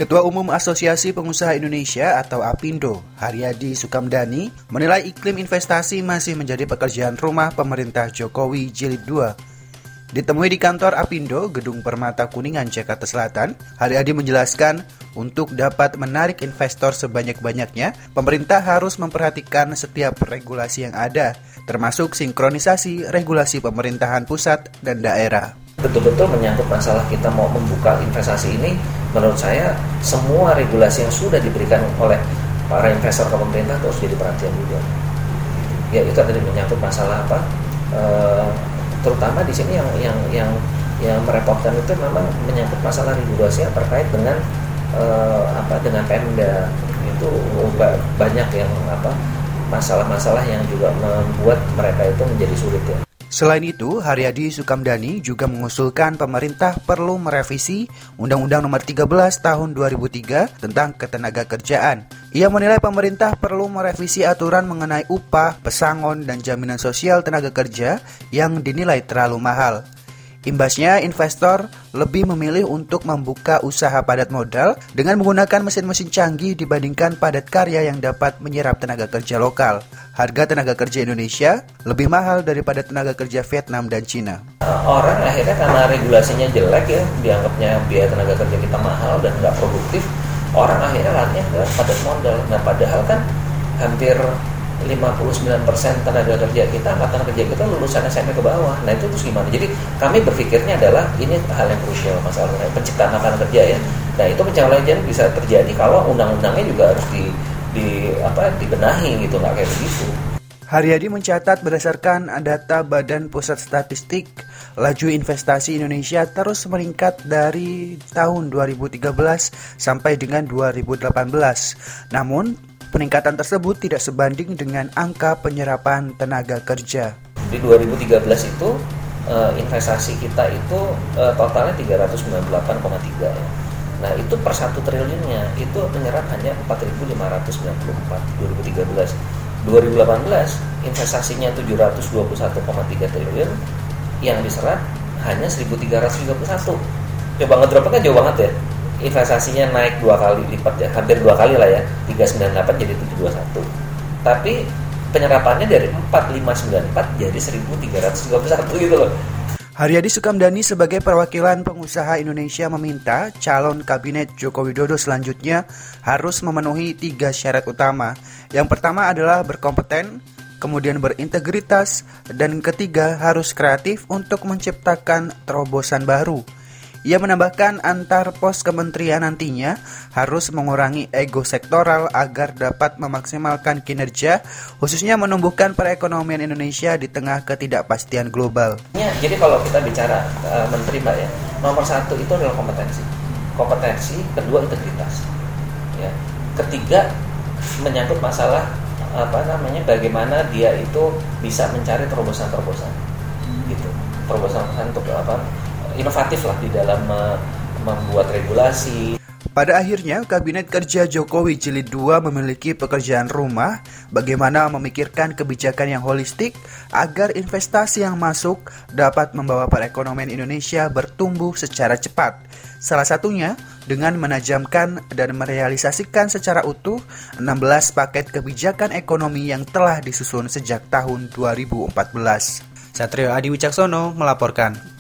Ketua Umum Asosiasi Pengusaha Indonesia atau APindo, Haryadi Sukamdhani, menilai iklim investasi masih menjadi pekerjaan rumah pemerintah Jokowi Jilid 2. Ditemui di kantor APindo, Gedung Permata Kuningan, Jakarta Selatan, Haryadi menjelaskan, untuk dapat menarik investor sebanyak-banyaknya, pemerintah harus memperhatikan setiap regulasi yang ada, termasuk sinkronisasi regulasi pemerintahan pusat dan daerah. Betul-betul menyangkut masalah kita mau membuka investasi ini, menurut saya semua regulasi yang sudah diberikan oleh para investor ke pemerintah harus jadi perhatian juga. Ya itu tadi menyangkut masalah apa? Terutama di sini yang merepotkan itu memang menyangkut masalah regulasi yang terkait dengan dengan Pemda. Itu banyak yang masalah-masalah yang juga membuat mereka itu menjadi sulit ya. Selain itu, Haryadi Sukamdhani juga mengusulkan pemerintah perlu merevisi Undang-Undang Nomor 13 Tahun 2003 tentang Ketenagakerjaan. Ia menilai pemerintah perlu merevisi aturan mengenai upah, pesangon, dan jaminan sosial tenaga kerja yang dinilai terlalu mahal. Imbasnya, investor lebih memilih untuk membuka usaha padat modal dengan menggunakan mesin-mesin canggih dibandingkan padat karya yang dapat menyerap tenaga kerja lokal. Harga tenaga kerja Indonesia lebih mahal daripada tenaga kerja Vietnam dan Cina. Orang akhirnya karena regulasinya jelek ya, dianggapnya biaya tenaga kerja kita mahal dan nggak produktif, orang akhirnya larinya ke padat modal. Nah padahal kan hampir 59% tenaga kerja kita, angkatan kerja kita lulusan SMP ke bawah. Nah itu terus gimana? Jadi kami berpikirnya adalah ini hal yang krusial, masalah penciptaan lapangan kerja ya. Nah itu pencapaian kerja bisa terjadi kalau undang-undangnya juga harus dibenahi gitu, nggak kayak begitu. Haryadi mencatat berdasarkan data Badan Pusat Statistik, laju investasi Indonesia terus meningkat dari tahun 2013 sampai dengan 2018. Namun, peningkatan tersebut tidak sebanding dengan angka penyerapan tenaga kerja. Di 2013 itu investasi kita itu totalnya 398,3 ya. Nah itu per 1 triliunnya itu menyerap hanya 4.594 2013. 2018 investasinya 721,3 triliun, yang diserap hanya 1.331. Coba ngedropnya kan jauh banget ya. Investasinya naik 2 kali lipat ya, hampir 2 kali lah ya, 398 jadi 721. Tapi penyerapannya dari 4.594 jadi 1.331 gitu loh. Haryadi Sukamdhani sebagai perwakilan pengusaha Indonesia meminta calon kabinet Joko Widodo selanjutnya harus memenuhi 3 syarat utama. Yang pertama adalah berkompeten, kemudian berintegritas, dan ketiga harus kreatif untuk menciptakan terobosan baru. Ia menambahkan antar pos kementerian nantinya harus mengurangi ego sektoral agar dapat memaksimalkan kinerja, khususnya menumbuhkan perekonomian Indonesia di tengah ketidakpastian global. Jadi kalau kita bicara menteri Mbak ya, nomor 1 itu adalah kompetensi, kedua integritas, ya, ketiga menyangkut masalah bagaimana dia itu bisa mencari terobosan-terobosan, gitu, terobosan untuk inovatif lah di dalam membuat regulasi. Pada akhirnya, Kabinet Kerja Jokowi Jilid 2 memiliki pekerjaan rumah bagaimana memikirkan kebijakan yang holistik agar investasi yang masuk dapat membawa perekonomian Indonesia bertumbuh secara cepat. Salah satunya dengan menajamkan dan merealisasikan secara utuh 16 paket kebijakan ekonomi yang telah disusun sejak tahun 2014. Satrio Adi Wicaksono melaporkan.